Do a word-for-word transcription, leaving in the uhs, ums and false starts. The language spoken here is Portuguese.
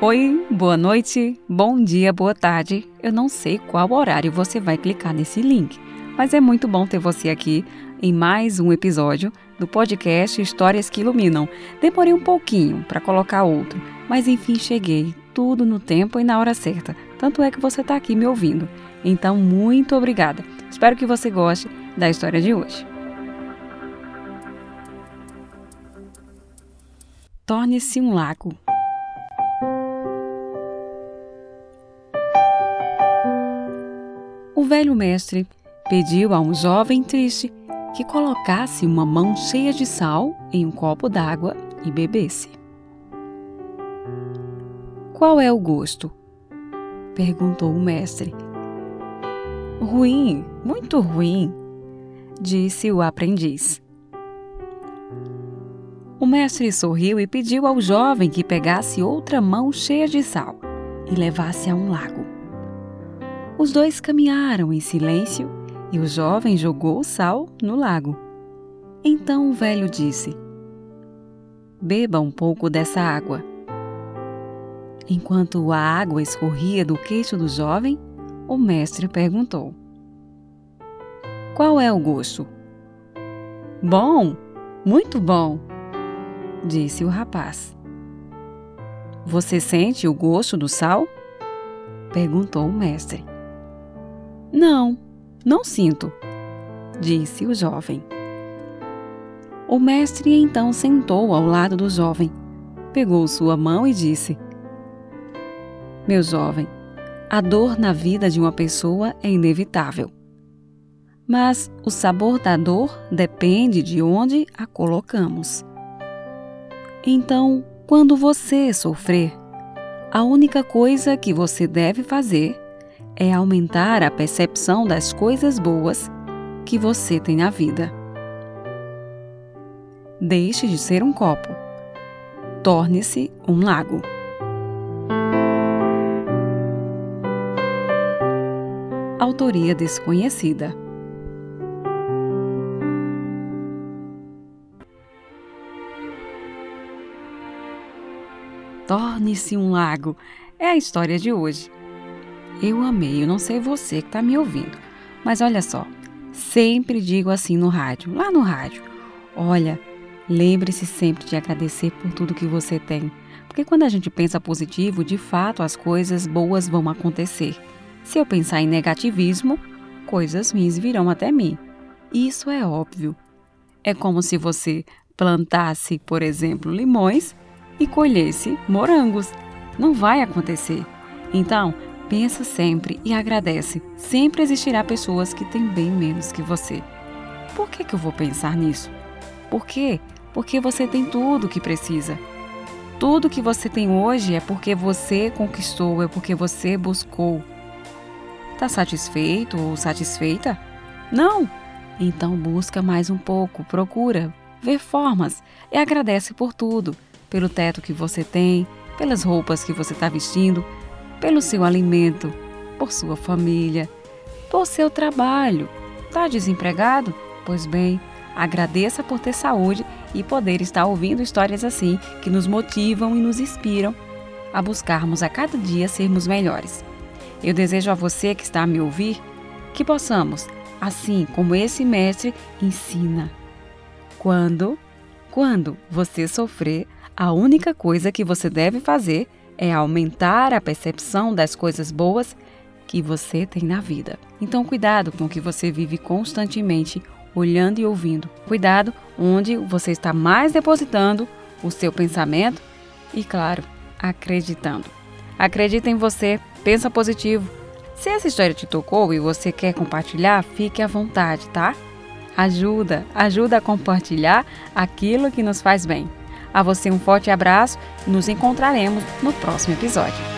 Oi, boa noite, bom dia, boa tarde. Eu não sei qual horário você vai clicar nesse link, mas é muito bom ter você aqui em mais um episódio do podcast Histórias que Iluminam. Demorei um pouquinho para colocar outro, mas enfim cheguei, tudo no tempo e na hora certa. Tanto é que você está aqui me ouvindo. Então, muito obrigada. Espero que você goste da história de hoje. Torne-se um lago. O velho mestre pediu a um jovem triste que colocasse uma mão cheia de sal em um copo d'água e bebesse. Qual é o gosto? Perguntou o mestre. Ruim, muito ruim, disse o aprendiz. O mestre sorriu e pediu ao jovem que pegasse outra mão cheia de sal e levasse a um lago. Os dois caminharam em silêncio e o jovem jogou o sal no lago. Então o velho disse: beba um pouco dessa água. Enquanto a água escorria do queixo do jovem, o mestre perguntou: qual é o gosto? Bom, muito bom, disse o rapaz. Você sente o gosto do sal? Perguntou o mestre. Não, não sinto, disse o jovem. O mestre então sentou ao lado do jovem, pegou sua mão e disse: meu jovem, a dor na vida de uma pessoa é inevitável. Mas o sabor da dor depende de onde a colocamos. Então, quando você sofrer, a única coisa que você deve fazer é aumentar a percepção das coisas boas que você tem na vida. Deixe de ser um copo. Torne-se um lago. Autoria desconhecida. Torne-se um lago. É a história de hoje. Eu amei, eu não sei você que está me ouvindo, mas olha só, sempre digo assim no rádio, lá no rádio, olha, lembre-se sempre de agradecer por tudo que você tem, porque quando a gente pensa positivo, de fato as coisas boas vão acontecer. Se eu pensar em negativismo, coisas ruins virão até mim. Isso é óbvio. É como se você plantasse, por exemplo, limões e colhesse morangos. Não vai acontecer. Então, pensa sempre e agradece. Sempre existirá pessoas que têm bem menos que você. Por que que eu vou pensar nisso? Por quê? Porque você tem tudo o que precisa. Tudo que você tem hoje é porque você conquistou, é porque você buscou. Está satisfeito ou satisfeita? Não? Então busca mais um pouco, procura, vê formas e agradece por tudo. Pelo teto que você tem, pelas roupas que você está vestindo, pelo seu alimento, por sua família, por seu trabalho. Está desempregado? Pois bem, agradeça por ter saúde e poder estar ouvindo histórias assim que nos motivam e nos inspiram a buscarmos a cada dia sermos melhores. Eu desejo a você que está a me ouvir que possamos, assim como esse mestre ensina. Quando, quando você sofrer, a única coisa que você deve fazer é aumentar a percepção das coisas boas que você tem na vida. Então, cuidado com o que você vive constantemente olhando e ouvindo. Cuidado onde você está mais depositando o seu pensamento e, claro, acreditando. Acredita em você, pensa positivo. Se essa história te tocou e você quer compartilhar, fique à vontade, tá? Ajuda, ajuda a compartilhar aquilo que nos faz bem. A você um forte abraço e nos encontraremos no próximo episódio.